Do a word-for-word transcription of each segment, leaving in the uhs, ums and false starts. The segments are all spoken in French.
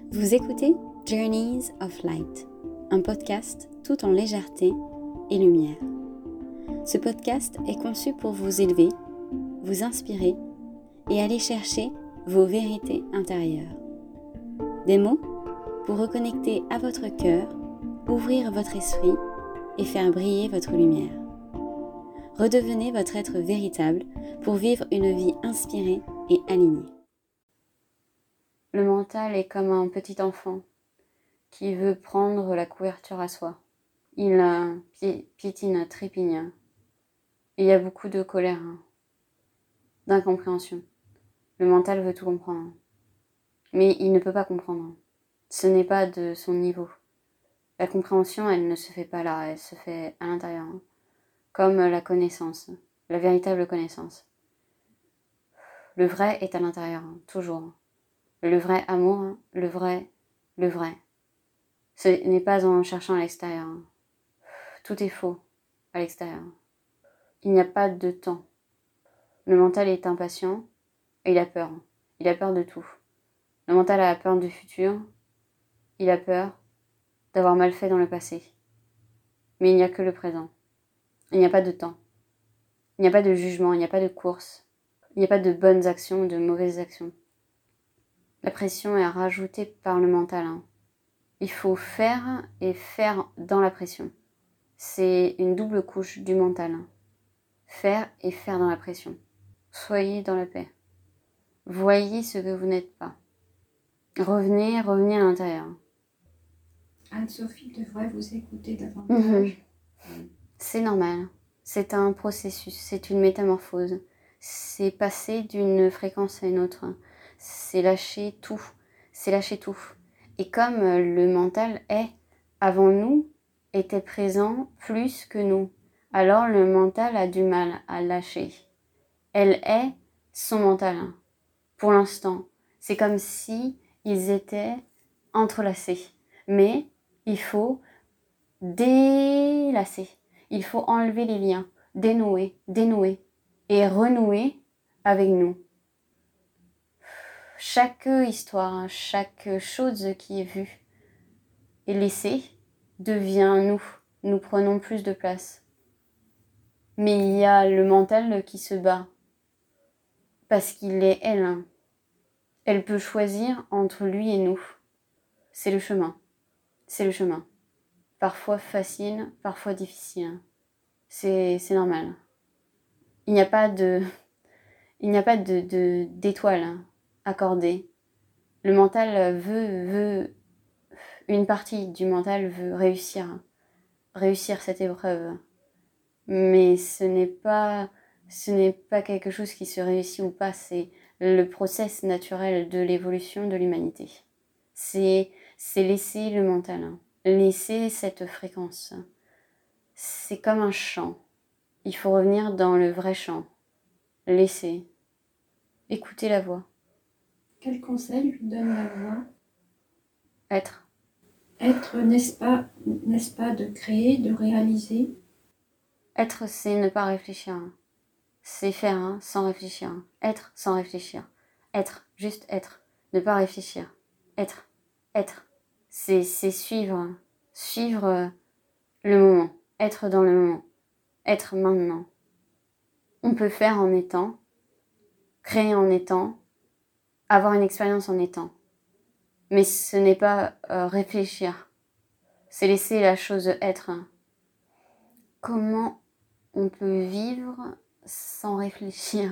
Vous écoutez Journeys of Light, un podcast tout en légèreté et lumière. Ce podcast est conçu pour vous élever, vous inspirer et aller chercher vos vérités intérieures. Des mots pour reconnecter à votre cœur, ouvrir votre esprit et faire briller votre lumière. Redevenez votre être véritable pour vivre une vie inspirée et alignée. Le mental est comme un petit enfant qui veut prendre la couverture à soi. Il euh, pi- piétine, trépigne. Il y a beaucoup de colère, hein, d'incompréhension. Le mental veut tout comprendre. Mais il ne peut pas comprendre. Ce n'est pas de son niveau. La compréhension, elle ne se fait pas là, elle se fait à l'intérieur. Hein. Comme la connaissance, la véritable connaissance. Le vrai est à l'intérieur, hein, toujours. Le vrai amour, hein, le vrai, le vrai. Ce n'est pas en cherchant à l'extérieur. Hein. Tout est faux à l'extérieur. Il n'y a pas de temps. Le mental est impatient et il a peur. Il a peur de tout. Le mental a peur du futur. Il a peur d'avoir mal fait dans le passé. Mais il n'y a que le présent. Il n'y a pas de temps. Il n'y a pas de jugement, il n'y a pas de course. Il n'y a pas de bonnes actions ou de mauvaises actions. La pression est rajoutée par le mental. Hein. Il faut faire et faire dans la pression. C'est une double couche du mental. Hein. Faire et faire dans la pression. Soyez dans la paix. Voyez ce que vous n'êtes pas. Revenez, revenez à l'intérieur. Anne-Sophie devrait vous écouter davantage. Mmh. C'est normal. C'est un processus, c'est une métamorphose. C'est passer d'une fréquence à une autre. C'est lâcher tout. C'est lâcher tout. Et comme le mental est, avant nous, était présent plus que nous, alors le mental a du mal à lâcher. Elle est son mental. Pour l'instant, c'est comme si ils étaient entrelacés. Mais il faut délacer. Il faut enlever les liens, dénouer, dénouer et renouer avec nous. Chaque histoire, chaque chose qui est vue et laissée devient nous. Nous prenons plus de place. Mais il y a le mental qui se bat parce qu'il est elle. Elle peut choisir entre lui et nous. C'est le chemin. C'est le chemin. Parfois facile, parfois difficile. C'est, c'est normal. Il n'y a pas de, il n'y a pas de, de, d'étoile accordée. Le mental veut, veut, une partie du mental veut réussir, réussir cette épreuve. Mais ce n'est pas, ce n'est pas quelque chose qui se réussit ou pas, c'est le process naturel de l'évolution de l'humanité. C'est, c'est laisser le mental, laisser cette fréquence. C'est comme un chant. Il faut revenir dans le vrai chant. Laisser. Écouter la voix. Quel conseil lui donne la voix? Être. Être, n'est-ce pas, n'est-ce pas de créer, de réaliser? Être, c'est ne pas réfléchir. C'est faire hein, sans réfléchir. Être sans réfléchir. Être, juste être. Ne pas réfléchir. Être. Être. C'est, c'est suivre. Suivre le moment. Être dans le moment. Être maintenant. On peut faire en étant. Créer en étant. Avoir une expérience en étant. Mais ce n'est pas euh, réfléchir. C'est laisser la chose être. Comment on peut vivre sans réfléchir?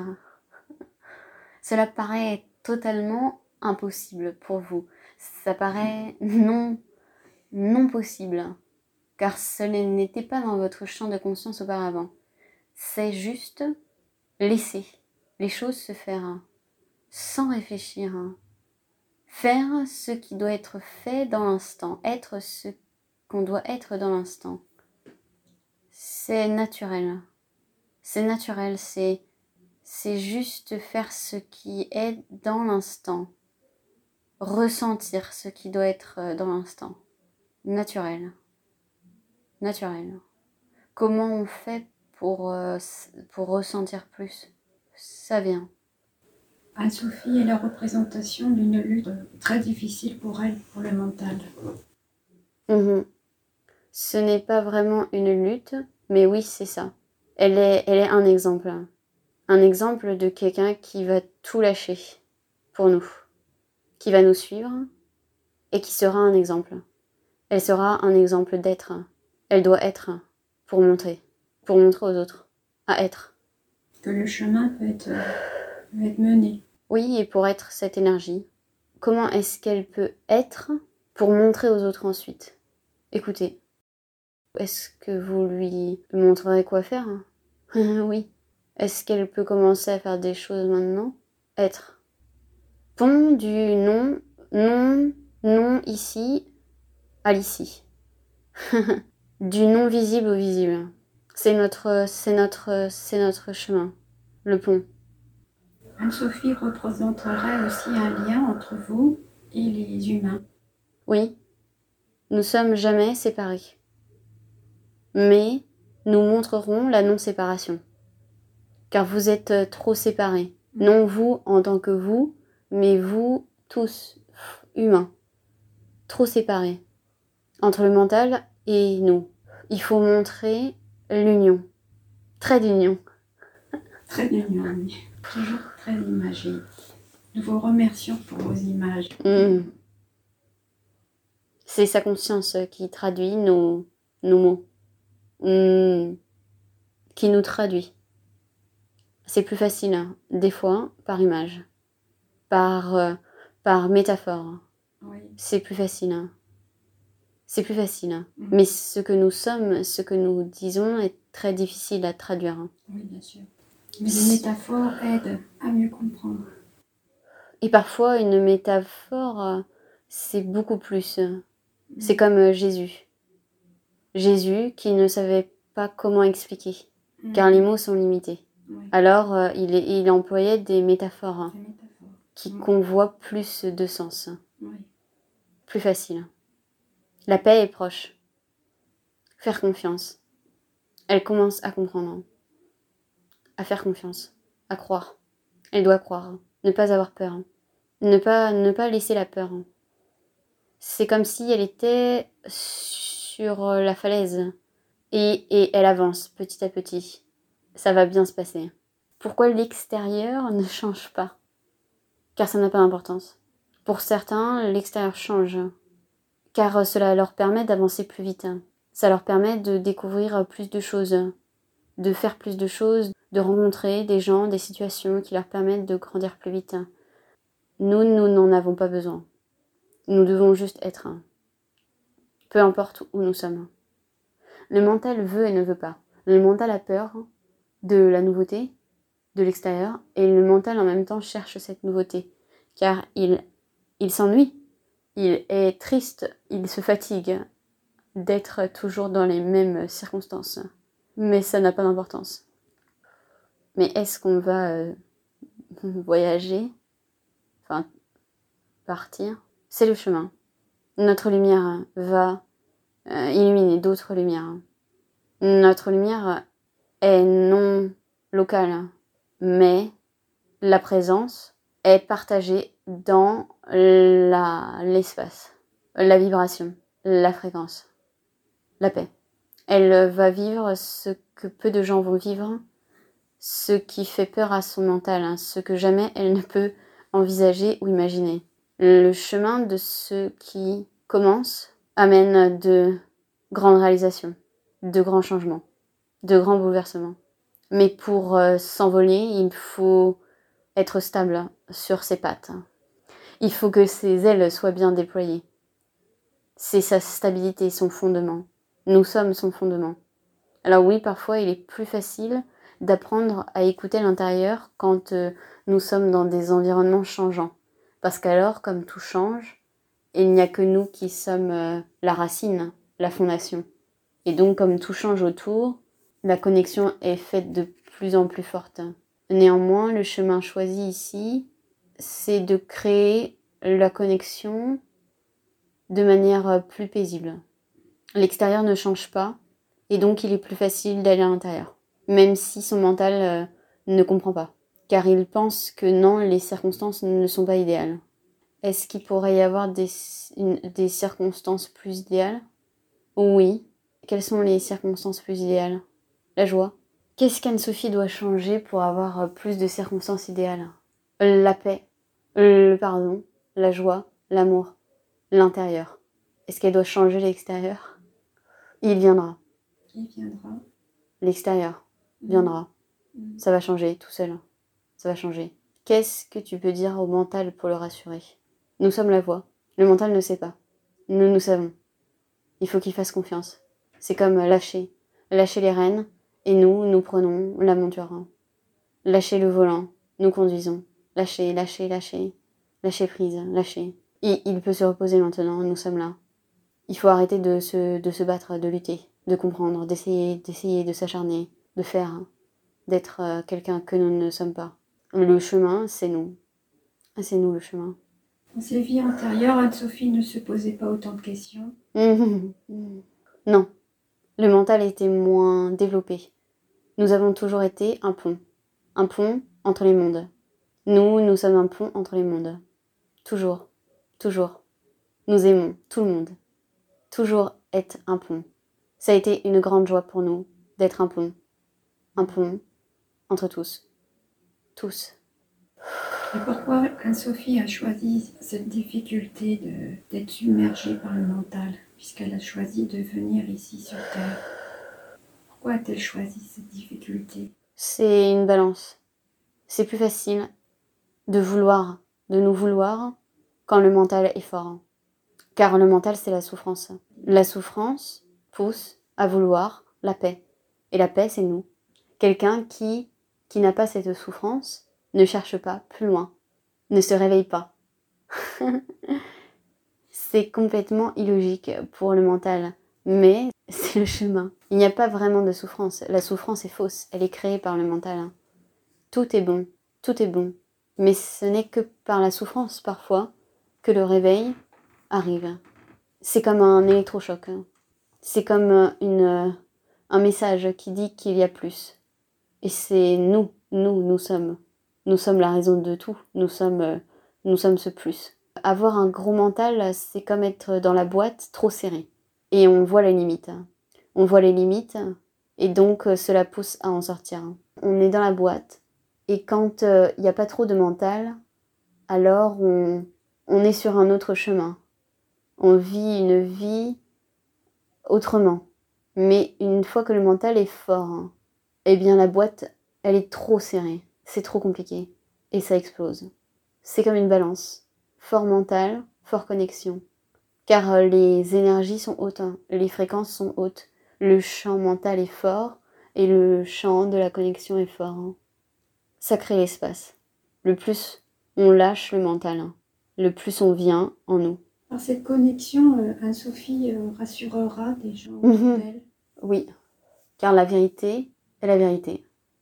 Cela paraît totalement impossible pour vous. Ça paraît non, non possible. Car ce n'était pas dans votre champ de conscience auparavant. C'est juste laisser les choses se faire sans réfléchir. Faire ce qui doit être fait dans l'instant. Être ce qu'on doit être dans l'instant. C'est naturel. C'est naturel, c'est, c'est juste faire ce qui est dans l'instant. Ressentir ce qui doit être dans l'instant. Naturel. Naturel. Comment on fait pour, euh, pour ressentir plus? Ça vient. Anne-Sophie est la représentation d'une lutte très difficile pour elle, pour le mental. Mmh. Ce n'est pas vraiment une lutte, mais oui, c'est ça. Elle est, elle est un exemple. Un exemple de quelqu'un qui va tout lâcher pour nous, qui va nous suivre et qui sera un exemple. Elle sera un exemple d'être. Elle doit être pour montrer, pour montrer aux autres, à être. Que le chemin peut être, peut être mené. Oui, et pour être cette énergie. Comment est-ce qu'elle peut être pour montrer aux autres ensuite? Écoutez, est-ce que vous lui montrerez quoi faire? Oui. Est-ce qu'elle peut commencer à faire des choses maintenant? Être. Pont du non, non, non ici à l'ici. Du non visible au visible. C'est notre, c'est notre, c'est notre chemin. Le pont. Anne-Sophie représenterait aussi un lien entre vous et les humains. Oui. Nous sommes jamais séparés. Mais nous montrerons la non-séparation. Car vous êtes trop séparés. Non vous en tant que vous, mais vous tous, humains. Trop séparés. Entre le mental et nous. Il faut montrer l'union. Trait d'union. Très d'union, oui. Toujours très imagé. Nous vous remercions pour vos images. Mmh. C'est sa conscience qui traduit nos, nos mots. Mmh. Qui nous traduit. C'est plus facile, hein, des fois, par image. Par, euh, par métaphore. Oui. C'est plus facile. Hein. C'est plus facile. Hein. Mmh. Mais ce que nous sommes, ce que nous disons est très difficile à traduire. Hein. Oui, bien sûr. Mais les métaphores aident à mieux comprendre. Et parfois, une métaphore, euh, c'est beaucoup plus. C'est comme euh, Jésus. Jésus qui ne savait pas comment expliquer, mmh. car les mots sont limités. Oui. Alors, euh, il, est, il employait des métaphores, hein, des métaphores. qui oui. convoient plus de sens. Oui. Plus facile. La paix est proche. Faire confiance. Elle commence à comprendre. À faire confiance. À croire. Elle doit croire. Ne pas avoir peur. Ne pas, ne pas laisser la peur. C'est comme si elle était sur la falaise. Et, et elle avance petit à petit. Ça va bien se passer. Pourquoi l'extérieur ne change pas? Car ça n'a pas d'importance. Pour certains, l'extérieur change. Car cela leur permet d'avancer plus vite. Ça leur permet de découvrir plus de choses. De faire plus de choses. De rencontrer des gens, des situations qui leur permettent de grandir plus vite. Nous, nous n'en avons pas besoin. Nous devons juste être. Peu importe où nous sommes. Le mental veut et ne veut pas. Le mental a peur de la nouveauté, de l'extérieur, et le mental en même temps cherche cette nouveauté, car il, il s'ennuie, il est triste, il se fatigue d'être toujours dans les mêmes circonstances. Mais ça n'a pas d'importance. Mais est-ce qu'on va euh, voyager, enfin partir? C'est le chemin. Notre lumière va euh, illuminer d'autres lumières. Notre lumière est non locale, mais la présence est partagée dans la, l'espace, la vibration, la fréquence, la paix. Elle va vivre ce que peu de gens vont vivre, ce qui fait peur à son mental, ce que jamais elle ne peut envisager ou imaginer. Le chemin de ceux qui commencent amène de grandes réalisations, de grands changements, de grands bouleversements. Mais pour euh, s'envoler, il faut être stable sur ses pattes. Il faut que ses ailes soient bien déployées. C'est sa stabilité, son fondement. Nous sommes son fondement. Alors oui, parfois il est plus facile d'apprendre à écouter l'intérieur quand euh, nous sommes dans des environnements changeants. Parce qu'alors, comme tout change, il n'y a que nous qui sommes euh, la racine, la fondation. Et donc, comme tout change autour, la connexion est faite de plus en plus forte. Néanmoins, le chemin choisi ici, c'est de créer la connexion de manière plus paisible. L'extérieur ne change pas, et donc il est plus facile d'aller à l'intérieur, même si son mental euh, ne comprend pas. car il pense que non, les circonstances ne sont pas idéales. Est-ce qu'il pourrait y avoir des, une, des circonstances plus idéales? Oui. Quelles sont les circonstances plus idéales? La joie. Qu'est-ce qu'Anne-Sophie doit changer pour avoir plus de circonstances idéales? La paix, le pardon, la joie, l'amour, l'intérieur. Est-ce qu'elle doit changer l'extérieur? Il viendra. Il viendra. L'extérieur viendra. Mmh. Ça va changer tout seul. Ça va changer. Qu'est-ce que tu peux dire au mental pour le rassurer? Nous sommes la voix. Le mental ne sait pas. Nous, nous savons. Il faut qu'il fasse confiance. C'est comme lâcher. Lâcher les rênes, et nous, nous prenons la monture. Lâcher le volant, nous conduisons. Lâcher, lâcher, lâcher. Lâcher prise, lâcher. Et il peut se reposer maintenant, nous sommes là. Il faut arrêter de se, de se battre, de lutter, de comprendre, d'essayer, d'essayer, de s'acharner, de faire, d'être euh, quelqu'un que nous ne sommes pas. Le chemin, c'est nous. C'est nous le chemin. Dans ses vies antérieures, Anne-Sophie ne se posait pas autant de questions. Non. Le mental était moins développé. Nous avons toujours été un pont. Un pont entre les mondes. Nous, nous sommes un pont entre les mondes. Toujours. Toujours. Nous aimons tout le monde. Toujours être un pont. Ça a été une grande joie pour nous d'être un pont. Un pont entre tous. Tous. Et pourquoi Anne-Sophie a choisi cette difficulté de, d'être submergée par le mental, puisqu'elle a choisi de venir ici sur Terre? Pourquoi a-t-elle choisi cette difficulté? C'est une balance. C'est plus facile de vouloir, de nous vouloir, quand le mental est fort. Car le mental, c'est la souffrance. La souffrance pousse à vouloir la paix. Et la paix, c'est nous. Quelqu'un qui, qui n'a pas cette souffrance ne cherche pas plus loin, ne se réveille pas. C'est complètement illogique pour le mental, mais c'est le chemin. Il n'y a pas vraiment de souffrance. La souffrance est fausse, elle est créée par le mental. Tout est bon, tout est bon. Mais ce n'est que par la souffrance, parfois, que le réveil arrive. C'est comme un électrochoc. C'est comme une, un message qui dit qu'il y a plus. Et c'est nous, nous, nous sommes. Nous sommes la raison de tout. Nous sommes, nous sommes ce plus. Avoir un gros mental, c'est comme être dans la boîte trop serré. Et on voit les limites. On voit les limites et donc cela pousse à en sortir. On est dans la boîte et quand il euh, n'y a pas trop de mental, alors on, on est sur un autre chemin. On vit une vie autrement. Mais une fois que le mental est fort, eh bien la boîte, elle est trop serrée. C'est trop compliqué. Et ça explose. C'est comme une balance. Fort mental, fort connexion. Car les énergies sont hautes, les fréquences sont hautes. Le champ mental est fort et le champ de la connexion est fort. Ça crée l'espace. Le plus on lâche le mental, le plus on vient en nous. Par cette connexion, Anne-Sophie rassurera des gens autour mmh. d'elle. Oui, car la vérité est la vérité.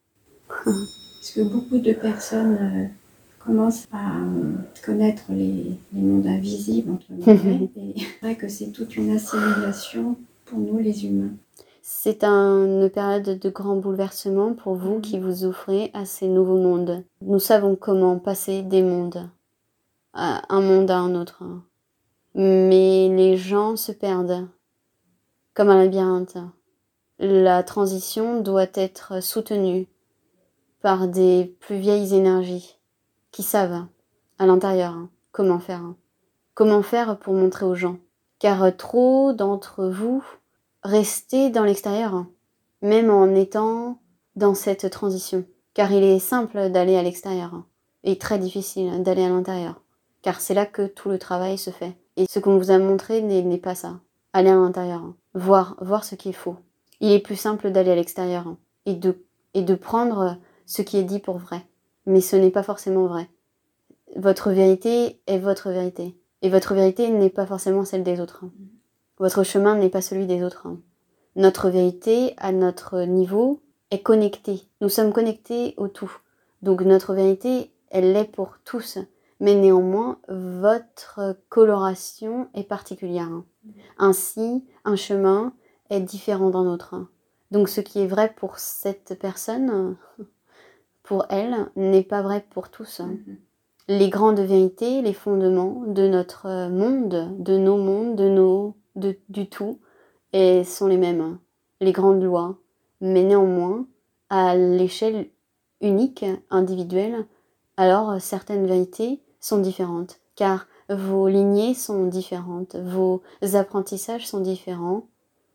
Parce que beaucoup de personnes euh, commencent à euh, connaître les, les mondes invisibles, entre guillemets, et c'est vrai que c'est toute une assimilation pour nous les humains. C'est un, une période de grand bouleversement pour vous mmh. qui vous ouvrez à ces nouveaux mondes. Nous savons comment passer des mondes, à un monde à un autre. Mais les gens se perdent, comme un labyrinthe. La transition doit être soutenue par des plus vieilles énergies qui savent à l'intérieur comment faire. Comment faire pour montrer aux gens. Car trop d'entre vous restez dans l'extérieur, même en étant dans cette transition. Car il est simple d'aller à l'extérieur et très difficile d'aller à l'intérieur. Car c'est là que tout le travail se fait. Et ce qu'on vous a montré n'est, n'est pas ça. Aller à l'intérieur, voir, voir ce qui est faux. Il est plus simple d'aller à l'extérieur et de, et de prendre ce qui est dit pour vrai. Mais ce n'est pas forcément vrai. Votre vérité est votre vérité. Et votre vérité n'est pas forcément celle des autres. Votre chemin n'est pas celui des autres. Notre vérité, à notre niveau, est connectée. Nous sommes connectés au tout. Donc notre vérité, elle l'est pour tous. Mais néanmoins, votre coloration est particulière. Ainsi, un chemin est différent d'un autre. Donc ce qui est vrai pour cette personne, pour elle n'est pas vrai pour tous. Mhm. Les grandes vérités, les fondements de notre monde, de nos mondes, de nos, de, du tout, et sont les mêmes. Les grandes lois. Mais néanmoins, à l'échelle unique, individuelle, alors certaines vérités sont différentes. Car vos lignées sont différentes, vos apprentissages sont différents,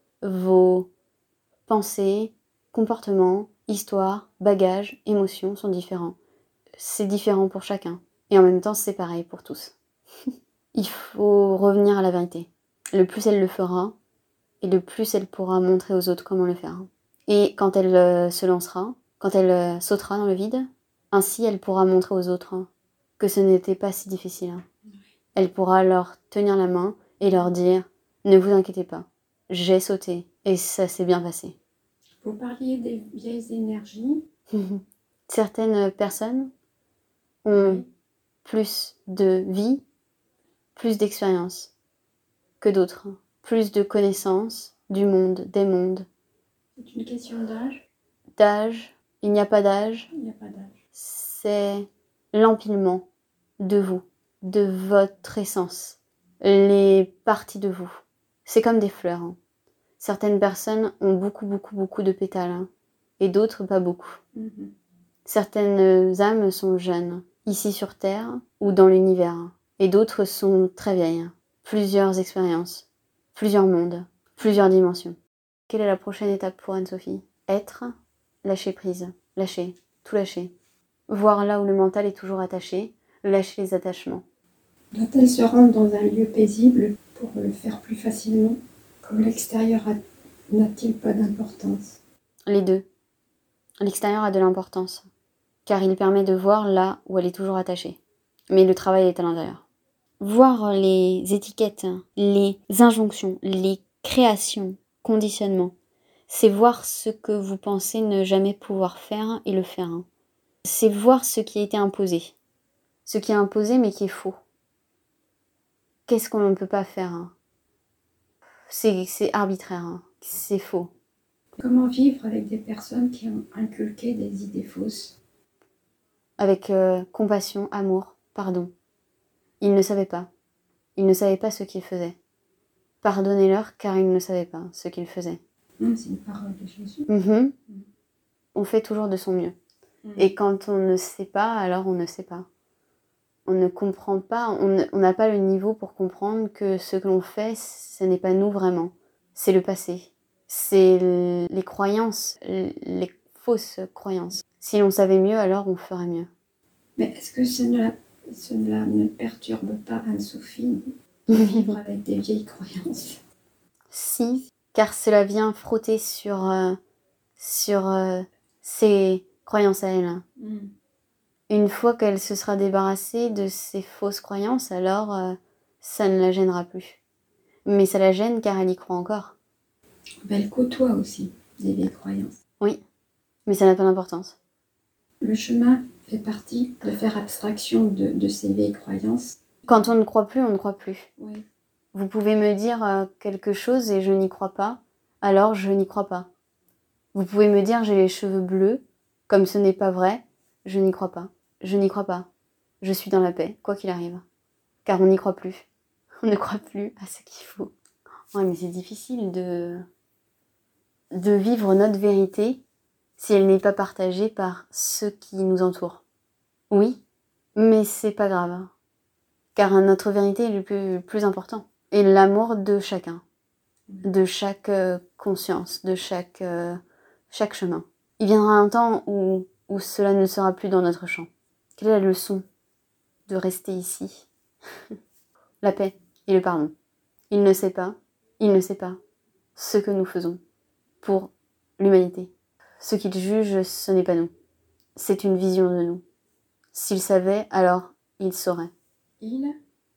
vos pensées, comportements, histoires, bagages, émotions sont différents. C'est différent pour chacun. Et en même temps, c'est pareil pour tous. Il faut revenir à la vérité. Le plus elle le fera, et le plus elle pourra montrer aux autres comment le faire. Et quand elle euh, se lancera, quand elle euh, sautera dans le vide, ainsi elle pourra montrer aux autres que ce n'était pas si difficile. Elle pourra leur tenir la main et leur dire « Ne vous inquiétez pas, j'ai sauté et ça s'est bien passé. » Vous parliez des vieilles énergies. Certaines personnes ont Oui. plus de vie, plus d'expérience que d'autres, plus de connaissances du monde, des mondes. C'est une question d'âge. D'âge, il n'y a pas d'âge, Il n'y a pas d'âge. c'est l'empilement de vous, de votre essence, les parties de vous. C'est comme des fleurs. Hein. Certaines personnes ont beaucoup, beaucoup, beaucoup de pétales, hein, et d'autres pas beaucoup. Mhm. Certaines âmes sont jeunes, ici sur Terre ou dans l'univers, et d'autres sont très vieilles. Plusieurs expériences, plusieurs mondes, plusieurs dimensions. Quelle est la prochaine étape pour Anne-Sophie ? Être, lâcher prise, lâcher, tout lâcher. Voir là où le mental est toujours attaché, lâcher les attachements. Doit-elle se rendre dans un lieu paisible pour le faire plus facilement? Comme l'extérieur a- n'a-t-il pas d'importance? Les deux. L'extérieur a de l'importance, car il permet de voir là où elle est toujours attachée. Mais le travail est à l'intérieur. Voir les étiquettes, les injonctions, les créations, conditionnements, c'est voir ce que vous pensez ne jamais pouvoir faire et le faire. C'est voir ce qui a été imposé. Ce qui est imposé mais qui est faux. Qu'est-ce qu'on ne peut pas faire? C'est, c'est arbitraire, c'est faux. Comment vivre avec des personnes qui ont inculqué des idées fausses? Avec euh, compassion, amour, pardon. Ils ne savaient pas. Ils ne savaient pas ce qu'ils faisaient. Pardonnez-leur car ils ne savaient pas ce qu'ils faisaient. Mmh, c'est une parole de Jésus. Mm-hmm. On fait toujours de son mieux. Mmh. Et quand on ne sait pas, alors on ne sait pas. On ne comprend pas, on n'a pas le niveau pour comprendre que ce que l'on fait, ce n'est pas nous vraiment. C'est le passé. C'est les croyances, les fausses croyances. Si l'on savait mieux, alors on ferait mieux. Mais est-ce que cela, cela ne perturbe pas Anne-Sophie de vivre avec des vieilles croyances? Si, car cela vient frotter sur, euh, sur euh, ses croyances à elle. Mm. Une fois qu'elle se sera débarrassée de ses fausses croyances, alors euh, ça ne la gênera plus. Mais ça la gêne car elle y croit encore. Ben, elle côtoie aussi des vieilles croyances. Oui, mais ça n'a pas d'importance. Le chemin fait partie de faire abstraction de, de ces vieilles croyances. Quand on ne croit plus, on ne croit plus. Oui. Vous pouvez me dire euh, quelque chose et je n'y crois pas, alors je n'y crois pas. Vous pouvez me dire j'ai les cheveux bleus, comme ce n'est pas vrai, je n'y crois pas. Je n'y crois pas. Je suis dans la paix, quoi qu'il arrive. Car on n'y croit plus. On ne croit plus à ce qu'il faut. Ouais, mais c'est difficile de... de vivre notre vérité si elle n'est pas partagée par ceux qui nous entourent. Oui, mais c'est pas grave. Car notre vérité est le plus, le plus important. Et l'amour de chacun. De chaque euh, conscience, de chaque, euh, chaque chemin. Il viendra un temps où, où cela ne sera plus dans notre champ. Quelle est la leçon de rester ici? La paix et le pardon. Il ne sait pas, il ne sait pas ce que nous faisons pour l'humanité. Ce qu'il juge, ce n'est pas nous. C'est une vision de nous. S'il savait, alors il saurait. Il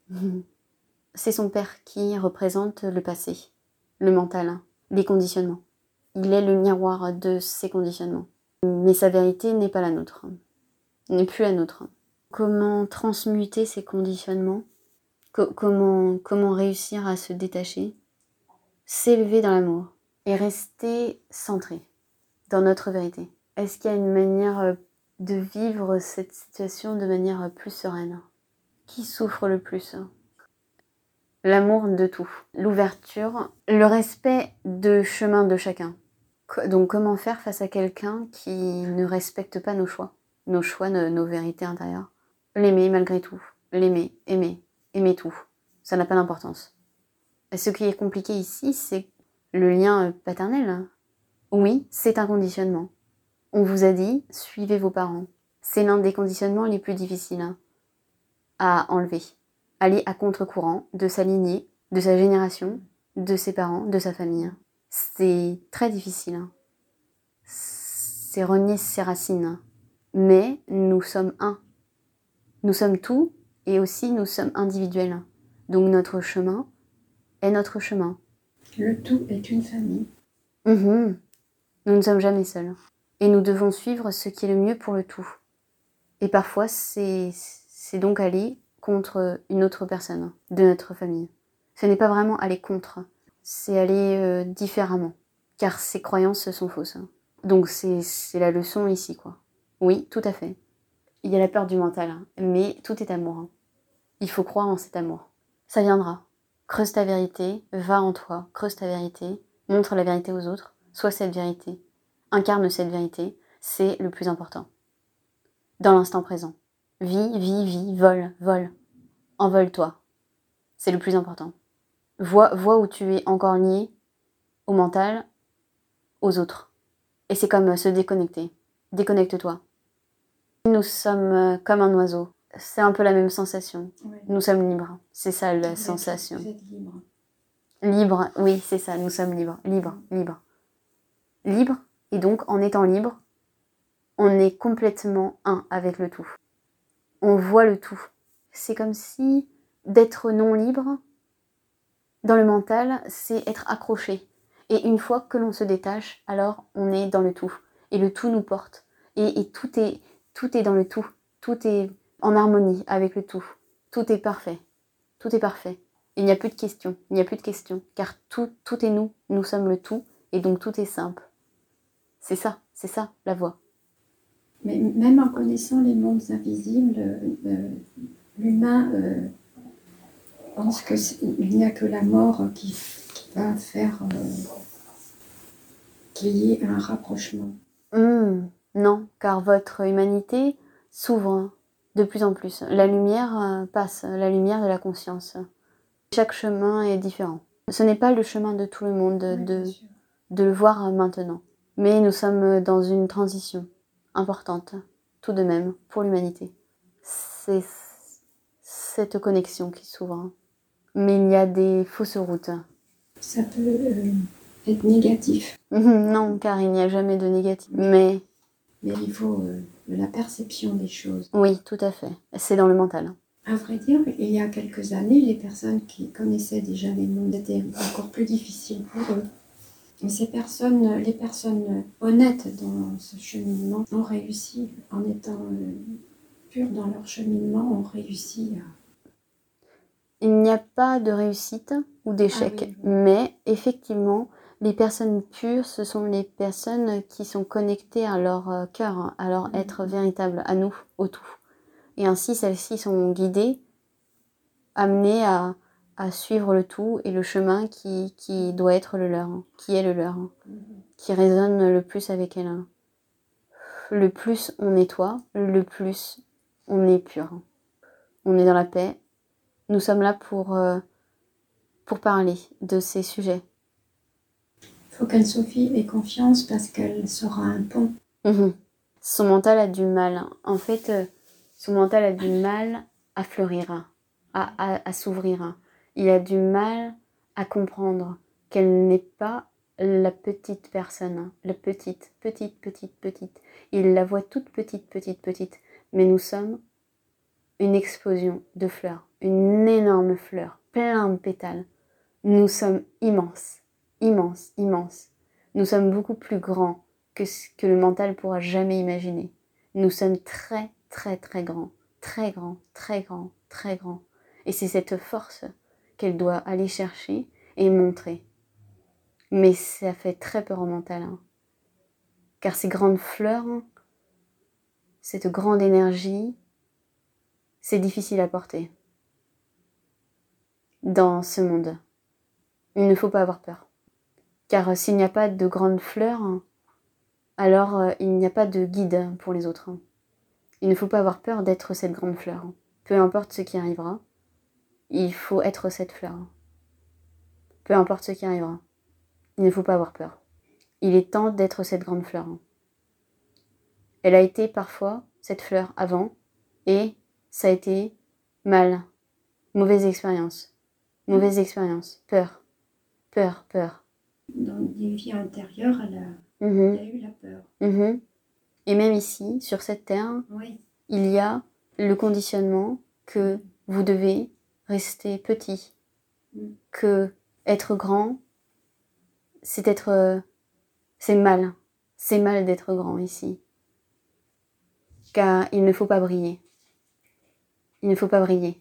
C'est son père qui représente le passé, le mental, les conditionnements. Il est le miroir de ces conditionnements. Mais sa vérité n'est pas la nôtre, n'est plus la nôtre. Comment transmuter ces conditionnements? Co- comment, comment réussir à se détacher? S'élever dans l'amour et rester centré dans notre vérité. Est-ce qu'il y a une manière de vivre cette situation de manière plus sereine. Qui souffre le plus? L'amour de tout, l'ouverture, le respect de chemin de chacun. Donc comment faire face à quelqu'un qui ne respecte pas nos choix, nos choix, nos, nos vérités intérieures? L'aimer malgré tout, l'aimer, aimer, aimer tout. Ça n'a pas d'importance. Et ce qui est compliqué ici, c'est le lien paternel. Oui, c'est un conditionnement. On vous a dit, suivez vos parents. C'est l'un des conditionnements les plus difficiles à enlever. Aller à contre-courant de sa lignée, de sa génération, de ses parents, de sa famille. C'est très difficile. C'est renier ses racines. Mais nous sommes un. Nous sommes tout et aussi nous sommes individuels. Donc notre chemin est notre chemin. Le tout est une famille. Mmh. Nous ne sommes jamais seuls. Et nous devons suivre ce qui est le mieux pour le tout. Et parfois, c'est, c'est donc aller contre une autre personne de notre famille. Ce n'est pas vraiment aller contre, c'est aller euh, différemment. Car ces croyances sont fausses. Donc c'est, c'est la leçon ici, quoi. Oui, tout à fait. Il y a la peur du mental, hein, mais tout est amour. Hein. Il faut croire en cet amour. Ça viendra. Creuse ta vérité, va en toi, creuse ta vérité, montre la vérité aux autres, sois cette vérité. Incarne cette vérité, c'est le plus important. Dans l'instant présent. Vis, vis, vis, vole, vole. Envole-toi. C'est le plus important. Vois, vois où tu es encore lié au mental, aux autres. Et c'est comme se déconnecter. Déconnecte-toi. Nous sommes comme un oiseau. C'est un peu la même sensation. Oui. Nous sommes libres. C'est ça la vous sensation. Êtes, vous êtes libre. Libre, oui, c'est ça. Nous sommes libres. Libres, libres. Libres. Et donc, en étant libre, on est complètement un avec le tout. On voit le tout. C'est comme si d'être non libre, dans le mental, c'est être accroché. Et une fois que l'on se détache, alors on est dans le tout. Et le tout nous porte. Et, et tout est, tout est dans le tout. Tout est en harmonie avec le tout. Tout est parfait. Tout est parfait. Il n'y a plus de questions. Il n'y a plus de questions. Car tout, tout est nous. Nous sommes le tout. Et donc tout est simple. C'est ça. C'est ça, la voie. Mais même en connaissant les mondes invisibles, euh, l'humain euh, pense qu'il n'y a que la mort qui, qui va faire euh, qu'il y ait un rapprochement. Mmh, non, car votre humanité s'ouvre de plus en plus. La lumière euh, passe, la lumière de la conscience. Chaque chemin est différent. Ce n'est pas le chemin de tout le monde de, Oui, de, de le voir maintenant. Mais nous sommes dans une transition importante, tout de même, pour l'humanité. C'est cette connexion qui s'ouvre. Mais il y a des fausses routes. Ça peut euh, être négatif. Non, car il n'y a jamais de négatif. Mais... Mais il faut euh, de la perception des choses. Oui, tout à fait. C'est dans le mental. À vrai dire, il y a quelques années, les personnes qui connaissaient déjà les mondes étaient encore plus difficiles pour eux. Mais ces personnes, les personnes honnêtes dans ce cheminement ont réussi, en étant euh, pures dans leur cheminement, ont réussi à... Il n'y a pas de réussite ou d'échec, ah oui, oui. Mais effectivement, les personnes pures, ce sont les personnes qui sont connectées à leur cœur, à leur mmh. être véritable, à nous, au tout. Et ainsi, celles-ci sont guidées, amenées à, à suivre le tout et le chemin qui, qui doit être le leur, qui est le leur, mmh. qui résonne le plus avec elles. Le plus on nettoie, le plus on est pur. On est dans la paix. Nous sommes là pour, euh, pour parler de ces sujets. Il faut qu'Anne-Sophie ait confiance parce qu'elle sera un pont. Mmh. Son mental a du mal. En fait, euh, son mental a du mal à fleurir, à, à, à s'ouvrir. Il a du mal à comprendre qu'elle n'est pas la petite personne. La petite, petite, petite, petite. Il la voit toute petite, petite, petite. Mais nous sommes une explosion de fleurs. Une énorme fleur, plein de pétales. Nous sommes immenses, immenses, immenses. Nous sommes beaucoup plus grands que ce que le mental pourra jamais imaginer. Nous sommes très, très, très grands, très grands, très grands, très grands. Et c'est cette force qu'elle doit aller chercher et montrer. Mais ça fait très peur au mental. Hein. Car ces grandes fleurs, cette grande énergie, c'est difficile à porter dans ce monde. Il ne faut pas avoir peur. Car s'il n'y a pas de grandes fleurs, alors euh, il n'y a pas de guide pour les autres. Il ne faut pas avoir peur d'être cette grande fleur. Peu importe ce qui arrivera, il faut être cette fleur. Peu importe ce qui arrivera, il ne faut pas avoir peur. Il est temps d'être cette grande fleur. Elle a été parfois cette fleur avant, et ça a été mal, mauvaise expérience, mauvaise expérience, peur, peur, peur. Dans des vies antérieures, elle a, Mmh. il y a eu la peur. Mmh. Et même ici, sur cette terre, Oui. il y a le conditionnement que vous devez rester petit, Mm. que être grand, c'est être, euh, c'est mal, c'est mal d'être grand ici, car il ne faut pas briller, il ne faut pas briller.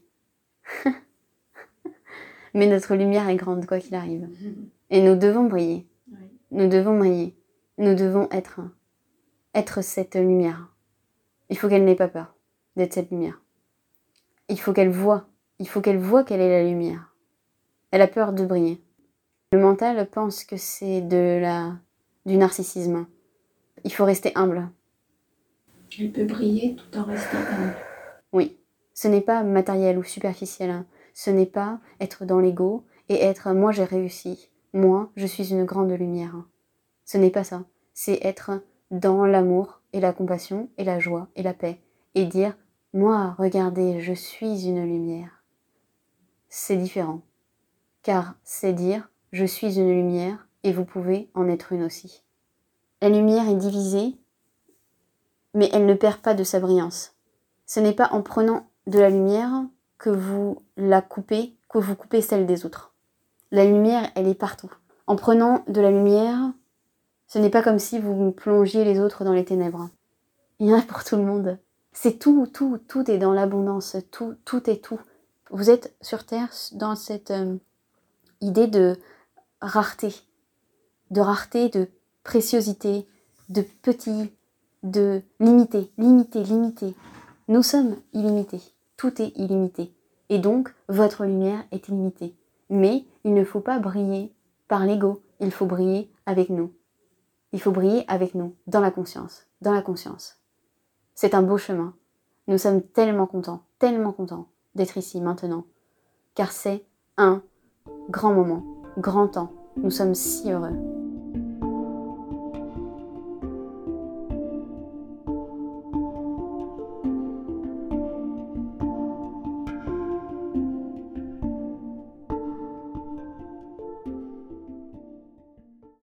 Mais notre lumière est grande quoi qu'il arrive, et nous devons briller, Oui. nous devons briller, nous devons être, être cette lumière. Il faut qu'elle n'ait pas peur d'être cette lumière. Il faut qu'elle voie, il faut qu'elle voie quelle est la lumière. Elle a peur de briller. Le mental pense que c'est de la, du narcissisme. Il faut rester humble. Elle peut briller tout en restant humble. Oui, ce n'est pas matériel ou superficiel. Ce n'est pas être dans l'ego et être « moi j'ai réussi, moi je suis une grande lumière ». Ce n'est pas ça. C'est être dans l'amour et la compassion et la joie et la paix. Et dire « moi, regardez, je suis une lumière ». C'est différent. Car c'est dire « je suis une lumière » et vous pouvez en être une aussi. La lumière est divisée, mais elle ne perd pas de sa brillance. Ce n'est pas en prenant de la lumière que vous la coupez, que vous coupez celle des autres. La lumière, elle est partout. En prenant de la lumière, ce n'est pas comme si vous plongiez les autres dans les ténèbres. Il y en a pour tout le monde. C'est tout, tout, tout est dans l'abondance. Tout, tout est tout. Vous êtes sur Terre dans cette euh, idée de rareté, de rareté, de préciosité, de petit, de limité, limité, limité. Nous sommes illimités. Tout est illimité. Et donc, votre lumière est illimitée. Mais il ne faut pas briller par l'ego. Il faut briller avec nous. Il faut briller avec nous, dans la conscience, dans la conscience. C'est un beau chemin. Nous sommes tellement contents, tellement contents d'être ici maintenant. Car c'est un grand moment, grand temps. Nous sommes si heureux.